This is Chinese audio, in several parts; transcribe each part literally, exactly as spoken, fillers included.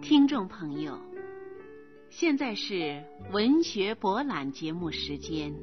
听众朋友，现在是文学博览节目时间。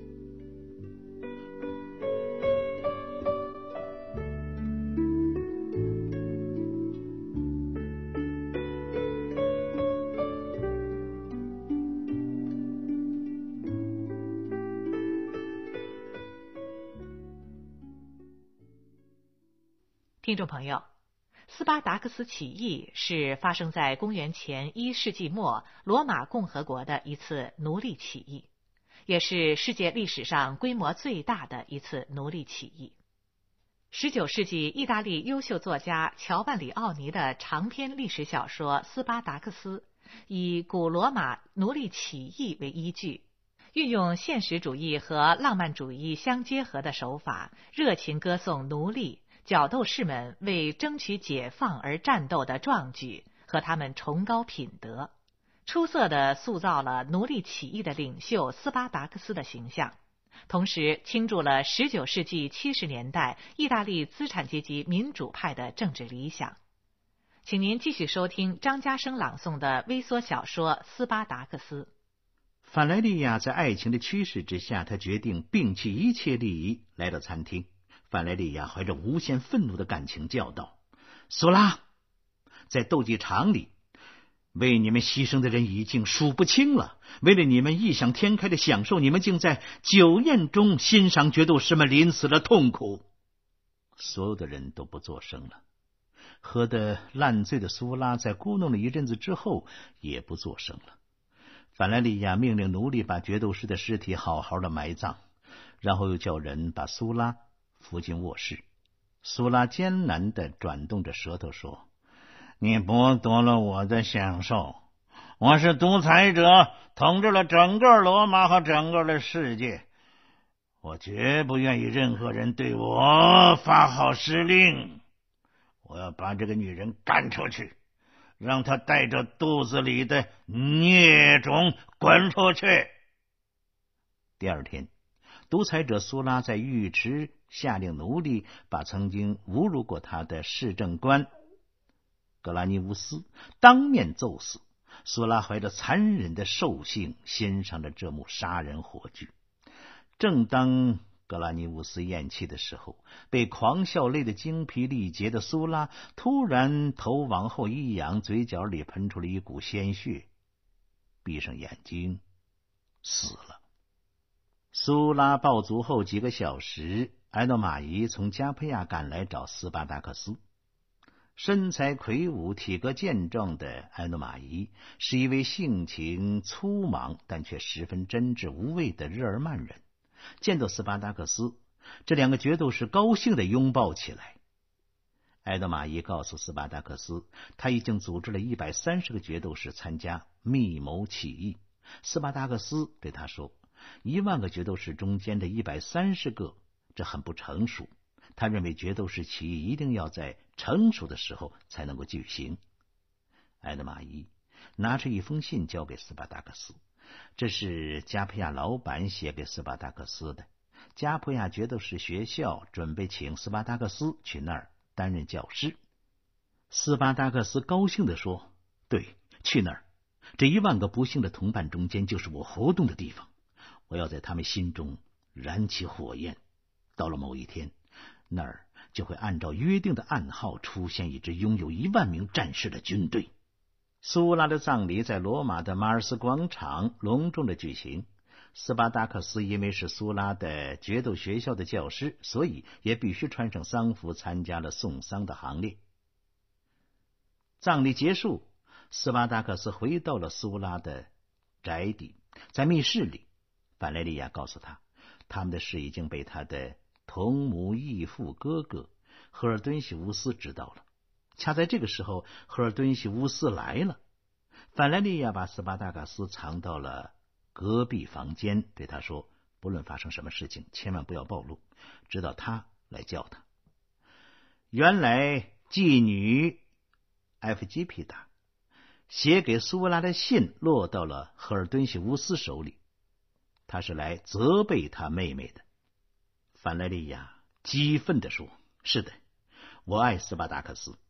听众朋友，斯巴达克斯起义是发生在公元前一世纪末罗马共和国的一次奴隶起义，也是世界历史上规模最大的一次奴隶起义。十九世纪意大利优秀作家乔万里奥尼的长篇历史小说《斯巴达克斯》以古罗马奴隶起义为依据，运用现实主义和浪漫主义相结合的手法，热情歌颂奴隶角斗士们为争取解放而战斗的壮举和他们崇高品德，出色地塑造了奴隶起义的领袖斯巴达克斯的形象，同时倾注了十九世纪七十年代意大利资产阶级民主派的政治理想。请您继续收听张家生朗诵的微缩小说《斯巴达克斯》。 法莱利亚在爱情的驱使之下，他决定摒弃一切利益，来到餐厅。范莱利亚怀着无限愤怒的感情叫道：苏拉，在斗技场里为你们牺牲的人已经数不清了，为了你们异想天开的享受，你们竟在酒宴中欣赏决斗士们临死的痛苦。所有的人都不作声了，喝得烂醉的苏拉在咕哝了一阵子之后也不作声了。范莱利亚命令奴隶把决斗士的尸体好好的埋葬，然后又叫人把苏拉扶进卧室。苏拉艰难地转动着舌头说：你剥夺了我的享受，我是独裁者，统治了整个罗马和整个的世界，我绝不愿意任何人对我发号施令。我要把这个女人赶出去，让她带着肚子里的孽种滚出去。第二天，独裁者苏拉在浴池下令奴隶把曾经侮辱过他的市政官格拉尼乌斯当面揍死。苏拉怀着残忍的兽性欣赏着这幕杀人火炬。正当格拉尼乌斯咽气的时候，被狂笑累得精疲力竭的苏拉突然头往后一仰，嘴角里喷出了一股鲜血，闭上眼睛死了。苏拉暴卒后几个小时，埃诺马伊从加佩亚赶来找斯巴达克斯。身材魁梧、体格健壮的埃诺马伊是一位性情粗莽但却十分真挚无畏的日耳曼人。见到斯巴达克斯，这两个决斗士高兴地拥抱起来。埃诺马伊告诉斯巴达克斯，他已经组织了一百三十个决斗士参加密谋起义。斯巴达克斯对他说，一万个决斗士中间的一百三十个，这很不成熟。他认为决斗士起义一定要在成熟的时候才能够举行。埃德马伊拿出一封信交给斯巴达克斯，这是加普亚老板写给斯巴达克斯的。加普亚决斗士学校准备请斯巴达克斯去那儿担任教师。斯巴达克斯高兴地说：对，去那儿，这一万个不幸的同伴中间就是我活动的地方。我要在他们心中燃起火焰，到了某一天，那儿就会按照约定的暗号出现一支拥有一万名战士的军队。苏拉的葬礼在罗马的马尔斯广场隆重的举行。斯巴达克斯因为是苏拉的决斗学校的教师，所以也必须穿上丧服参加了送丧的行列。葬礼结束，斯巴达克斯回到了苏拉的宅邸，在密室里，范莱利亚告诉他，他们的事已经被他的同母异父哥哥赫尔敦西乌斯知道了。恰在这个时候，赫尔敦西乌斯来了。范莱利亚把斯巴达克斯藏到了隔壁房间，对他说，不论发生什么事情，千万不要暴露，直到他来叫他。原来妓女埃弗基皮达写给苏拉的信落到了赫尔敦西乌斯手里，他是来责备他妹妹的。范莱利亚激愤地说，是的，我爱斯巴达克斯，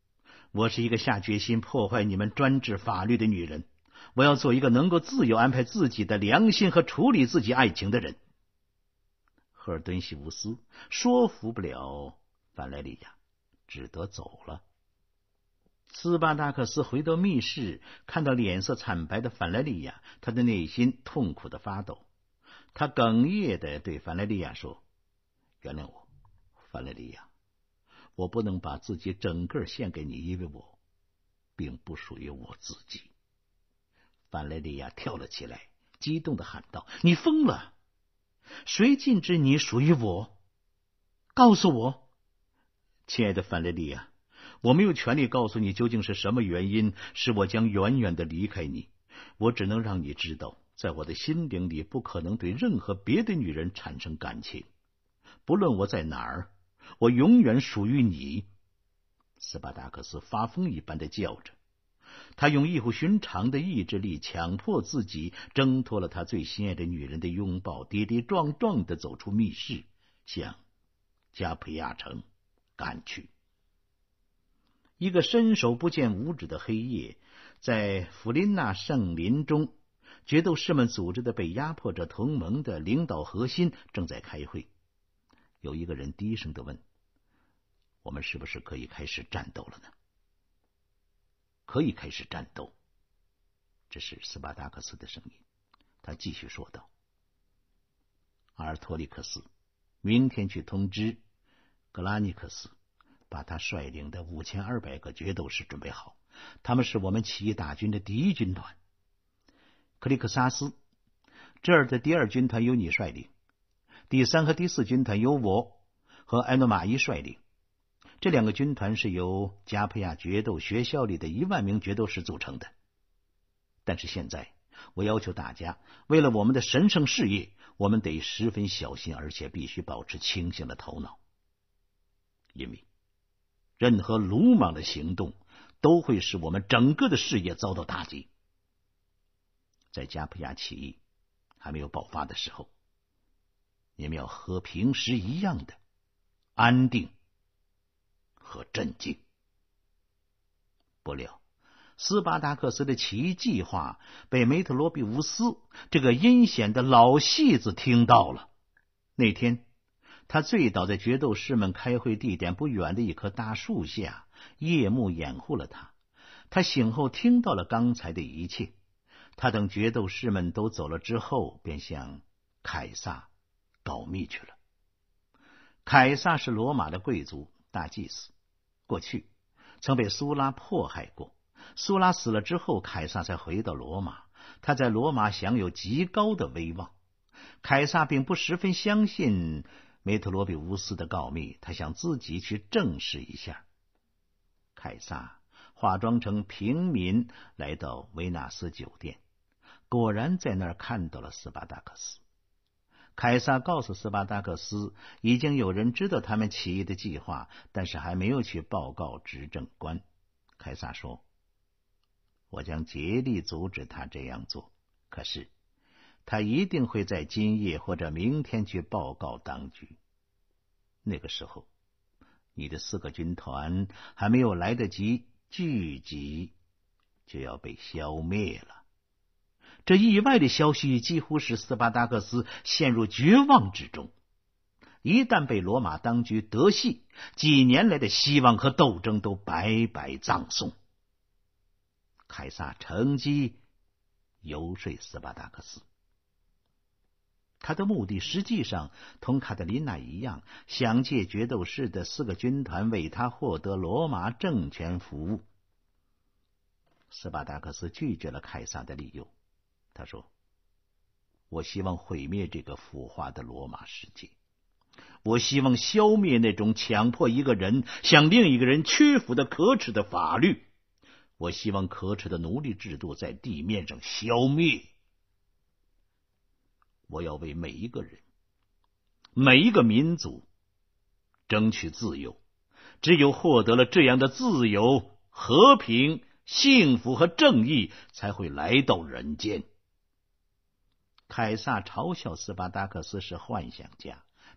我是一个下决心破坏你们专制法律的女人，我要做一个能够自由安排自己的良心和处理自己爱情的人。赫尔敦西乌斯说服不了范莱利亚，只得走了。斯巴达克斯回到密室，看到脸色惨白的范莱利亚，他的内心痛苦的发抖。他哽咽的对范莱利亚说：原谅我，范莱利亚，我不能把自己整个献给你，因为我并不属于我自己。范莱利亚跳了起来，激动的喊道：你疯了！谁禁止你属于我？告诉我！亲爱的范莱利亚，我没有权利告诉你究竟是什么原因使我将远远的离开你，我只能让你知道，在我的心灵里不可能对任何别的女人产生感情，不论我在哪儿，我永远属于你。斯巴达克斯发疯一般的叫着，他用异乎寻常的意志力强迫自己挣脱了他最心爱的女人的拥抱，跌跌撞撞地走出密室，向加培亚城赶去。一个伸手不见五指的黑夜，在弗林纳圣林中，决斗士们组织的被压迫者同盟的领导核心正在开会。有一个人低声地问：我们是不是可以开始战斗了呢？可以开始战斗。这是斯巴达克斯的声音。他继续说道：阿尔托利克斯，明天去通知格拉尼克斯，把他率领的五千二百个决斗士准备好，他们是我们起义大军的第一军团。克里克萨斯，这儿的第二军团由你率领，第三和第四军团由我和埃诺马伊率领。这两个军团是由加佩亚决斗学校里的一万名决斗士组成的。但是现在，我要求大家，为了我们的神圣事业，我们得十分小心，而且必须保持清醒的头脑。因为任何鲁莽的行动都会使我们整个的事业遭到打击。在加佩亚起义还没有爆发的时候，你们要和平时一样的安定和镇静。不料斯巴达克斯的起义计划被梅特罗比乌斯这个阴险的老戏子听到了。那天他醉倒在决斗士们开会地点不远的一棵大树下，夜幕掩护了他。他醒后听到了刚才的一切。他等决斗士们都走了之后，便向凯撒告密去了。凯撒是罗马的贵族大祭司，过去曾被苏拉迫害过。苏拉死了之后，凯撒才回到罗马。他在罗马享有极高的威望。凯撒并不十分相信梅特罗比乌斯的告密，他想自己去证实一下。凯撒化妆成平民来到维纳斯酒店，果然在那儿看到了斯巴达克斯。凯撒告诉斯巴达克斯，已经有人知道他们起义的计划，但是还没有去报告执政官。凯撒说：我将竭力阻止他这样做，可是他一定会在今夜或者明天去报告当局。那个时候，你的四个军团还没有来得及聚集，就要被消灭了。这意外的消息几乎使斯巴达克斯陷入绝望之中。一旦被罗马当局得悉，几年来的希望和斗争都白白葬送。凯撒乘机游说斯巴达克斯，他的目的实际上同卡特琳娜一样，想借决斗士的四个军团为他获得罗马政权服务。斯巴达克斯拒绝了凯撒的理由，他说：我希望毁灭这个腐化的罗马世界，我希望消灭那种强迫一个人向另一个人屈服的可耻的法律，我希望可耻的奴隶制度在地面上消灭。我要为每一个人、每一个民族争取自由，只有获得了这样的自由、和平、幸福和正义，才会来到人间。凯撒嘲笑斯巴达克斯是幻想家，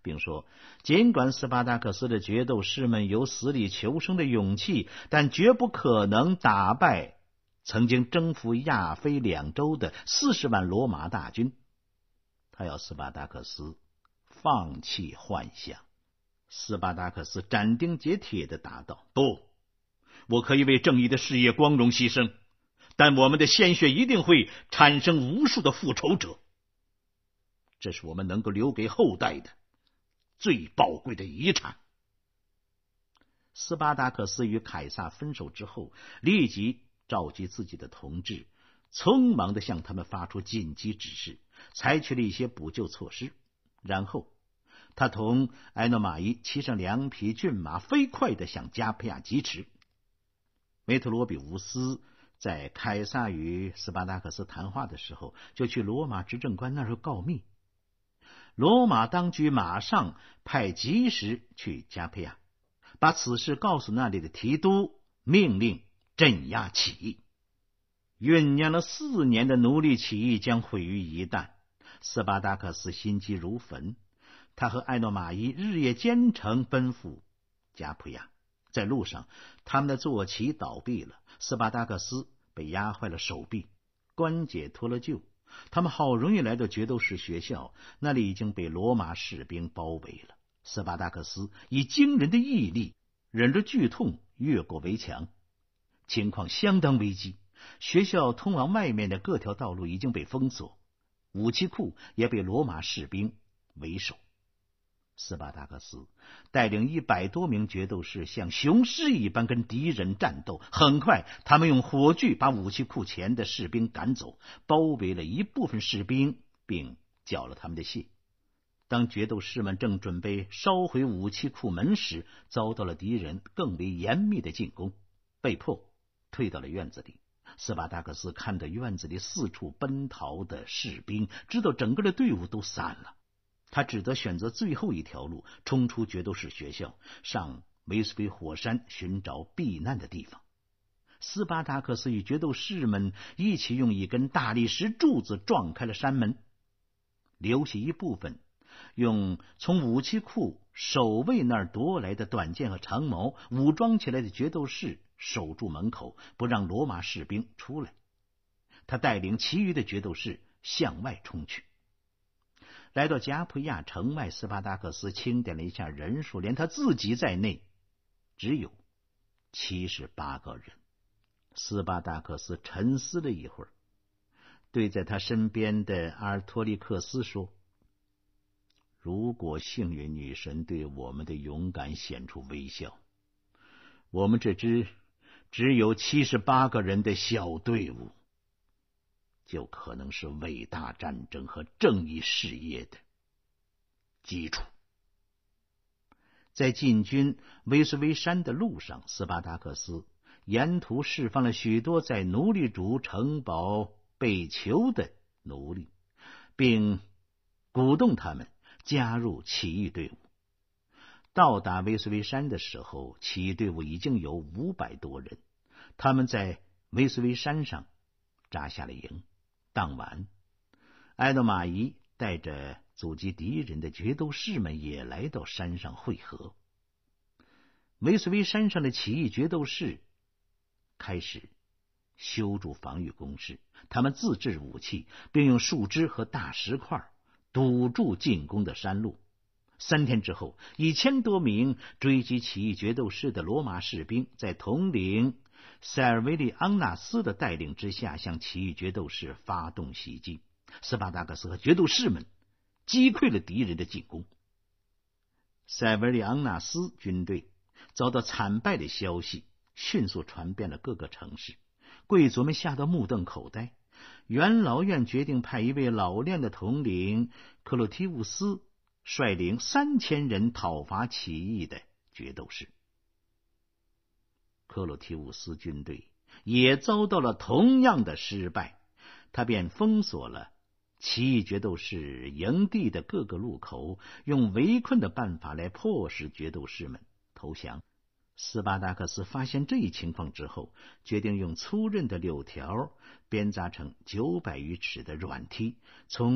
并说，尽管斯巴达克斯的决斗士们有死里求生的勇气，但绝不可能打败曾经征服亚非两洲的四十万罗马大军。他要斯巴达克斯放弃幻想。斯巴达克斯斩钉截铁地答道：不，我可以为正义的事业光荣牺牲，但我们的鲜血一定会产生无数的复仇者，这是我们能够留给后代的最宝贵的遗产。斯巴达克斯与凯撒分手之后，立即召集自己的同志，匆忙地向他们发出紧急指示，采取了一些补救措施。然后他同埃诺马伊骑上两匹骏马，飞快地向加佩亚疾驰。梅特罗比乌斯在凯撒与斯巴达克斯谈话的时候，就去罗马执政官那儿告密。罗马当局马上派及时去加佩亚，把此事告诉那里的提督，命令镇压起义。酝酿了四年的奴隶起义将毁于一旦。斯巴达克斯心急如焚，他和埃诺马伊日夜兼程奔赴加普亚。在路上，他们的坐骑倒闭了，斯巴达克斯被压坏了手臂，关节脱了臼。他们好容易来到决斗士学校，那里已经被罗马士兵包围了。斯巴达克斯以惊人的毅力忍着剧痛越过围墙，情况相当危机。学校通往外面的各条道路已经被封锁，武器库也被罗马士兵为首。斯巴达克斯带领一百多名决斗士像雄狮一般跟敌人战斗，很快他们用火炬把武器库前的士兵赶走，包围了一部分士兵，并缴了他们的械。当决斗士们正准备烧毁武器库门时，遭到了敌人更为严密的进攻，被迫退到了院子里。斯巴达克斯看到院子里四处奔逃的士兵，知道整个的队伍都散了，他只得选择最后一条路，冲出决斗士学校，上维斯威火山寻找避难的地方。斯巴达克斯与决斗士们一起用一根大理石柱子撞开了山门，留下一部分用从武器库守卫那儿夺来的短剑和长矛武装起来的决斗士守住门口，不让罗马士兵出来。他带领其余的决斗士向外冲去。来到加普亚城外，斯巴达克斯清点了一下人数，连他自己在内只有七十八个人。斯巴达克斯沉思了一会儿，对在他身边的阿尔托利克斯说：如果幸运女神对我们的勇敢显出微笑，我们这支只有七十八个人的小队伍就可能是伟大战争和正义事业的基础。在进军威斯威山的路上，斯巴达克斯沿途释放了许多在奴隶主城堡被囚的奴隶，并鼓动他们加入起义队伍。到达威斯威山的时候，起义队伍已经有五百多人，他们在威斯威山上扎下了营。当晚，埃诺马伊带着阻击敌人的决斗士们也来到山上会合。威斯威山上的起义决斗士开始修筑防御工事，他们自制武器，并用树枝和大石块堵住进攻的山路。三天之后，一千多名追击起义决斗士的罗马士兵在统领塞尔维利昂纳斯的带领之下向起义决斗士发动袭击。斯巴达克斯和决斗士们击溃了敌人的进攻。塞尔维利昂纳斯军队遭到惨败的消息迅速传遍了各个城市，贵族们吓得目瞪口呆。元老院决定派一位老练的统领克洛提乌斯率领三千人讨伐起义的决斗士。克洛提乌斯军队也遭到了同样的失败，他便封锁了起义决斗士营地的各个路口，用围困的办法来迫使决斗士们投降。斯巴达克斯发现这一情况之后，决定用粗韧的柳条编扎成九百余尺的软梯，从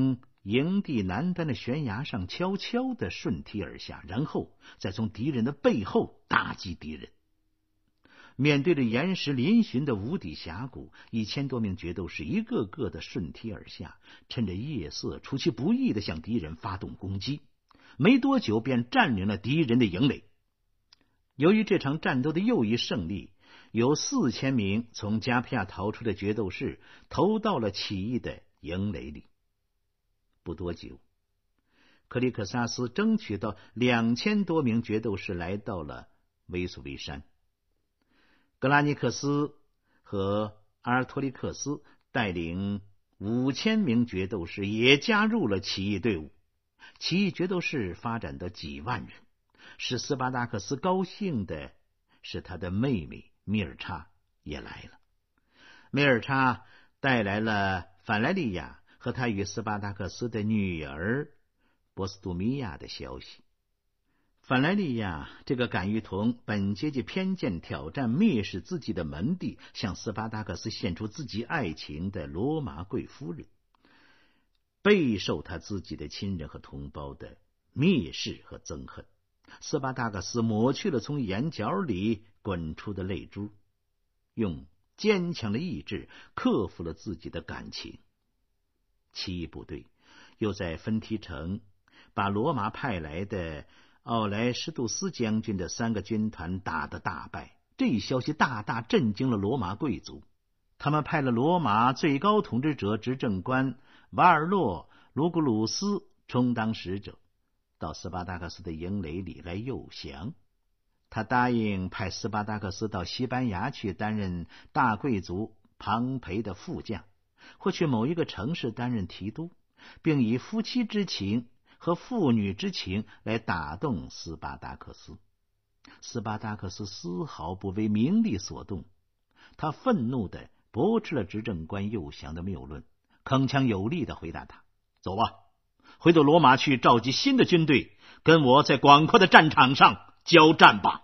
营地南端的悬崖上悄悄地顺梯而下，然后再从敌人的背后打击敌人。面对着岩石嶙峋的无底峡谷，一千多名决斗士一个个的顺梯而下，趁着夜色出其不意地向敌人发动攻击，没多久便占领了敌人的营垒。由于这场战斗的又一胜利，有四千名从加皮亚逃出的决斗士投到了起义的营垒里。不多久，克里克萨斯争取到两千多名决斗士来到了维苏维山。格拉尼克斯和阿尔托利克斯带领五千名决斗士也加入了起义队伍，起义决斗士发展到几万人。使斯巴达克斯高兴的是，他的妹妹米尔查也来了。米尔查带来了反莱利亚和他与斯巴达克斯的女儿波斯杜米亚的消息。反莱利亚这个敢于同本阶级偏见挑战、蔑视自己的门第，向斯巴达克斯献出自己爱情的罗马贵夫人，备受他自己的亲人和同胞的蔑视和憎恨。斯巴达克斯抹去了从眼角里滚出的泪珠，用坚强的意志克服了自己的感情。起义部队又在芬提城把罗马派来的奥莱什杜斯将军的三个军团打得大败，这一消息大大震惊了罗马贵族。他们派了罗马最高统治者执政官瓦尔洛·卢古鲁斯充当使者，到斯巴达克斯的营垒里来诱降。他答应派斯巴达克斯到西班牙去担任大贵族庞培的副将，或去某一个城市担任提督，并以夫妻之情和父女之情来打动斯巴达克斯。斯巴达克斯丝毫不为名利所动，他愤怒地驳斥了执政官诱降的谬论，铿锵有力地回答他：走吧，回到罗马去召集新的军队，跟我在广阔的战场上交战吧。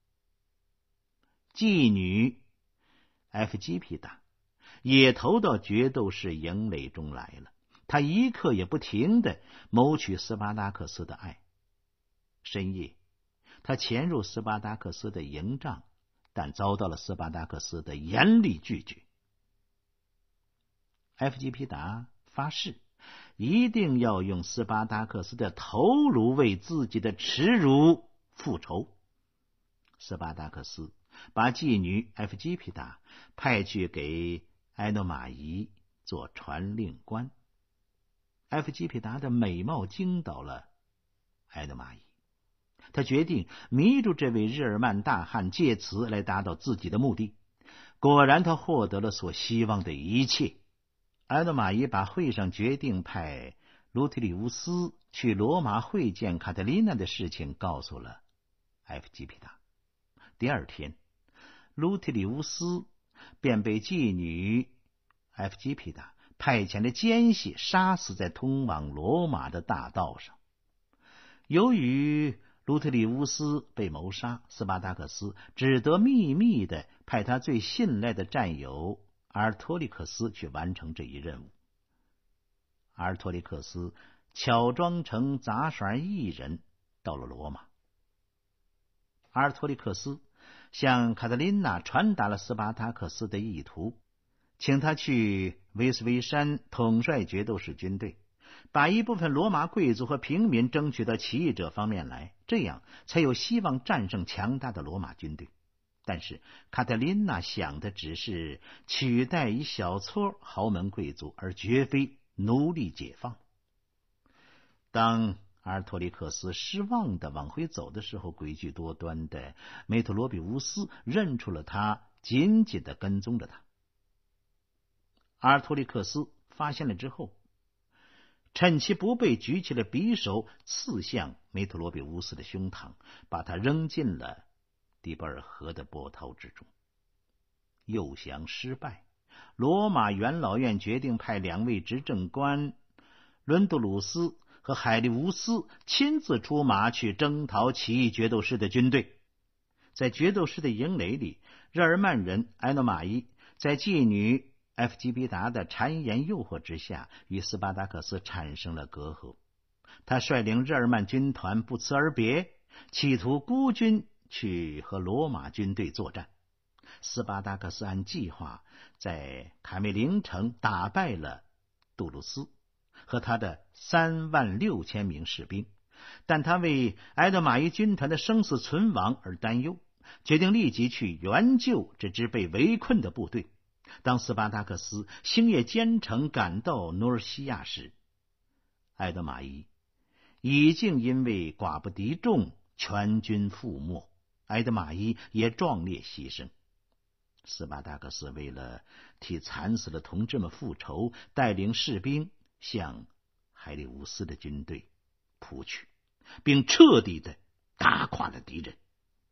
妓女埃弗基皮达也投到决斗士营垒中来了，他一刻也不停地谋取斯巴达克斯的爱。深夜，他潜入斯巴达克斯的营帐，但遭到了斯巴达克斯的严厉拒绝。埃弗基皮达发誓一定要用斯巴达克斯的头颅为自己的耻辱复仇。斯巴达克斯把妓女埃弗基皮达派去给埃诺马夷做传令官。埃弗基皮达的美貌惊倒了埃诺马夷，他决定迷住这位日耳曼大汉，借此来达到自己的目的。果然，他获得了所希望的一切。埃诺马夷把会上决定派卢提里乌斯去罗马会见卡特琳娜的事情告诉了埃弗基皮达。第二天，卢提里乌斯便被妓女埃弗基皮达派遣的奸细杀死在通往罗马的大道上。由于卢特里乌斯被谋杀，斯巴达克斯只得秘密地派他最信赖的战友阿尔托利克斯去完成这一任务。阿尔托利克斯巧装成杂耍艺人到了罗马。阿尔托利克斯向卡特琳娜传达了斯巴达克斯的意图，请他去威斯维山统帅决斗士军队，把一部分罗马贵族和平民争取到起义者方面来，这样才有希望战胜强大的罗马军队。但是卡特琳娜想的只是取代一小撮豪门贵族，而绝非奴隶解放。当阿尔托利克斯失望地往回走的时候，诡计多端的梅特罗比乌斯认出了他，紧紧地跟踪着他。阿尔托利克斯发现了之后，趁其不备，举起了匕首刺向梅特罗比乌斯的胸膛，把他扔进了底伯尔河的波涛之中。诱降失败，罗马元老院决定派两位执政官伦杜鲁斯和海利乌斯亲自出马去征讨起义决斗士的军队。在决斗士的营垒里，日耳曼人埃诺马伊在妓女埃弗吉比达的谗言诱惑之下，与斯巴达克斯产生了隔阂。他率领日耳曼军团不辞而别，企图孤军去和罗马军队作战。斯巴达克斯按计划在卡梅林城打败了杜鲁斯和他的三万六千名士兵，但他为埃德马伊军团的生死存亡而担忧，决定立即去援救这支被围困的部队。当斯巴达克斯星夜兼程赶到努尔西亚时，埃德马伊已经因为寡不敌众，全军覆没，埃德马伊也壮烈牺牲。斯巴达克斯为了替惨死的同志们复仇，带领士兵向海利乌斯的军队扑去，并彻底的打垮了敌人。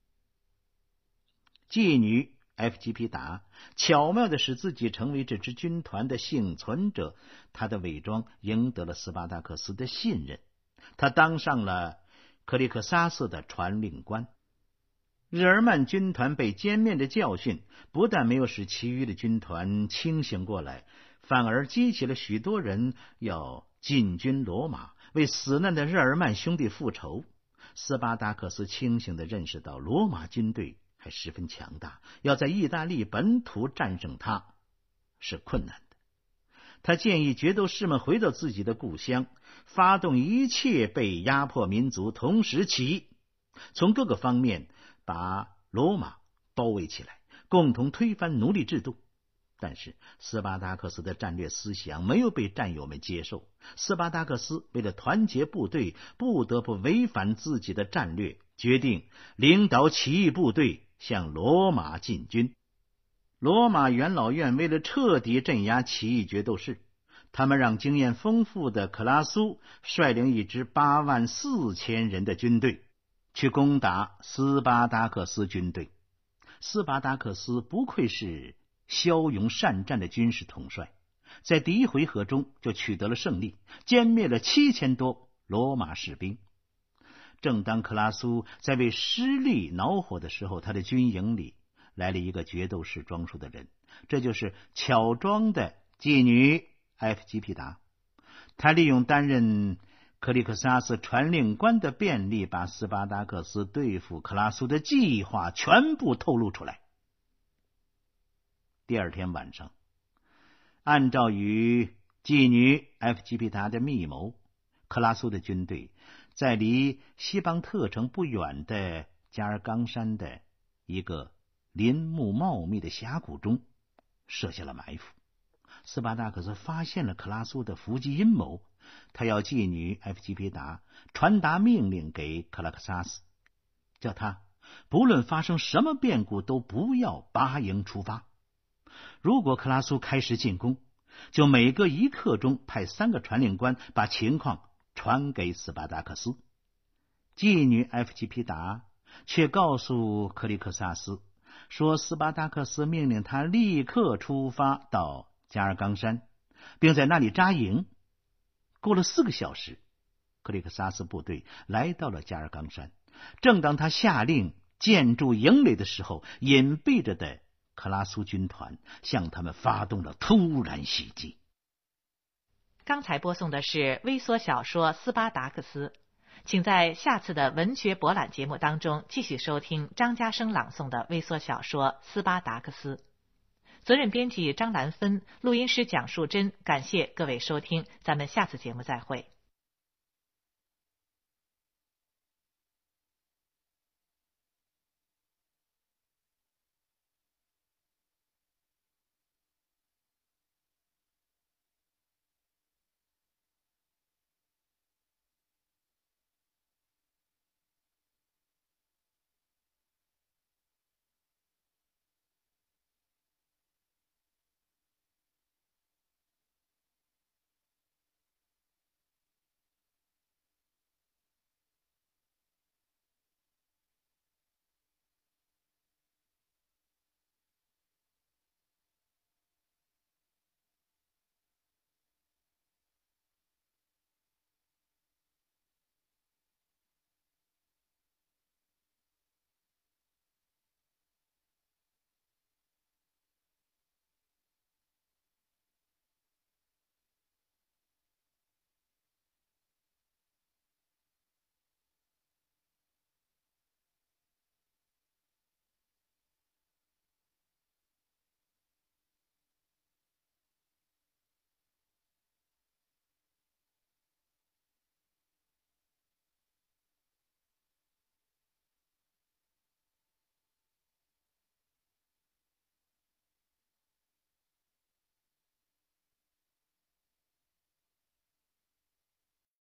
妓女埃弗吉皮达巧妙的使自己成为这支军团的幸存者，他的伪装赢得了斯巴达克斯的信任，他当上了克里克萨斯的传令官。日耳曼军团被歼灭的教训不但没有使其余的军团清醒过来，反而激起了许多人要进军罗马，为死难的日耳曼兄弟复仇。斯巴达克斯清醒地认识到罗马军队还十分强大，要在意大利本土战胜他是困难的。他建议决斗士们回到自己的故乡，发动一切被压迫民族同时起义，从各个方面把罗马包围起来，共同推翻奴隶制度。但是斯巴达克斯的战略思想没有被战友们接受，斯巴达克斯为了团结部队，不得不违反自己的战略，决定领导起义部队向罗马进军。罗马元老院为了彻底镇压起义决斗士，他们让经验丰富的克拉苏率领一支八万四千人的军队去攻打斯巴达克斯军队。斯巴达克斯不愧是骁勇善战的军事统帅，在第一回合中就取得了胜利，歼灭了七千多罗马士兵。正当克拉苏在为失利恼火的时候，他的军营里来了一个决斗士装束的人，这就是巧装的妓女埃弗吉皮达。他利用担任克里克萨斯传令官的便利，把斯巴达克斯对付克拉苏的计划全部透露出来。第二天晚上，按照与妓女埃弗吉皮达的密谋，克拉苏的军队在离西邦特城不远的加尔冈山的一个林木茂密的峡谷中设下了埋伏。斯巴达克斯发现了克拉苏的伏击阴谋，他要妓女埃弗吉皮达传达命令给克拉克萨斯，叫他不论发生什么变故都不要拔营出发。如果克拉苏开始进攻，就每隔一刻钟派三个传令官把情况传给斯巴达克斯。妓女埃弗吉皮达却告诉克里克萨斯说，斯巴达克斯命令他立刻出发到加尔冈山，并在那里扎营。过了四个小时，克里克萨斯部队来到了加尔冈山。正当他下令建筑营垒的时候，隐蔽着的克拉苏军团向他们发动了突然袭击。 刚才播送的是微缩小说《斯巴达克斯》，请在下次的文学博览节目当中继续收听张家生朗诵的微缩小说《斯巴达克斯》。责任编辑张兰芬，录音师蒋树珍，感谢各位收听，咱们下次节目再会。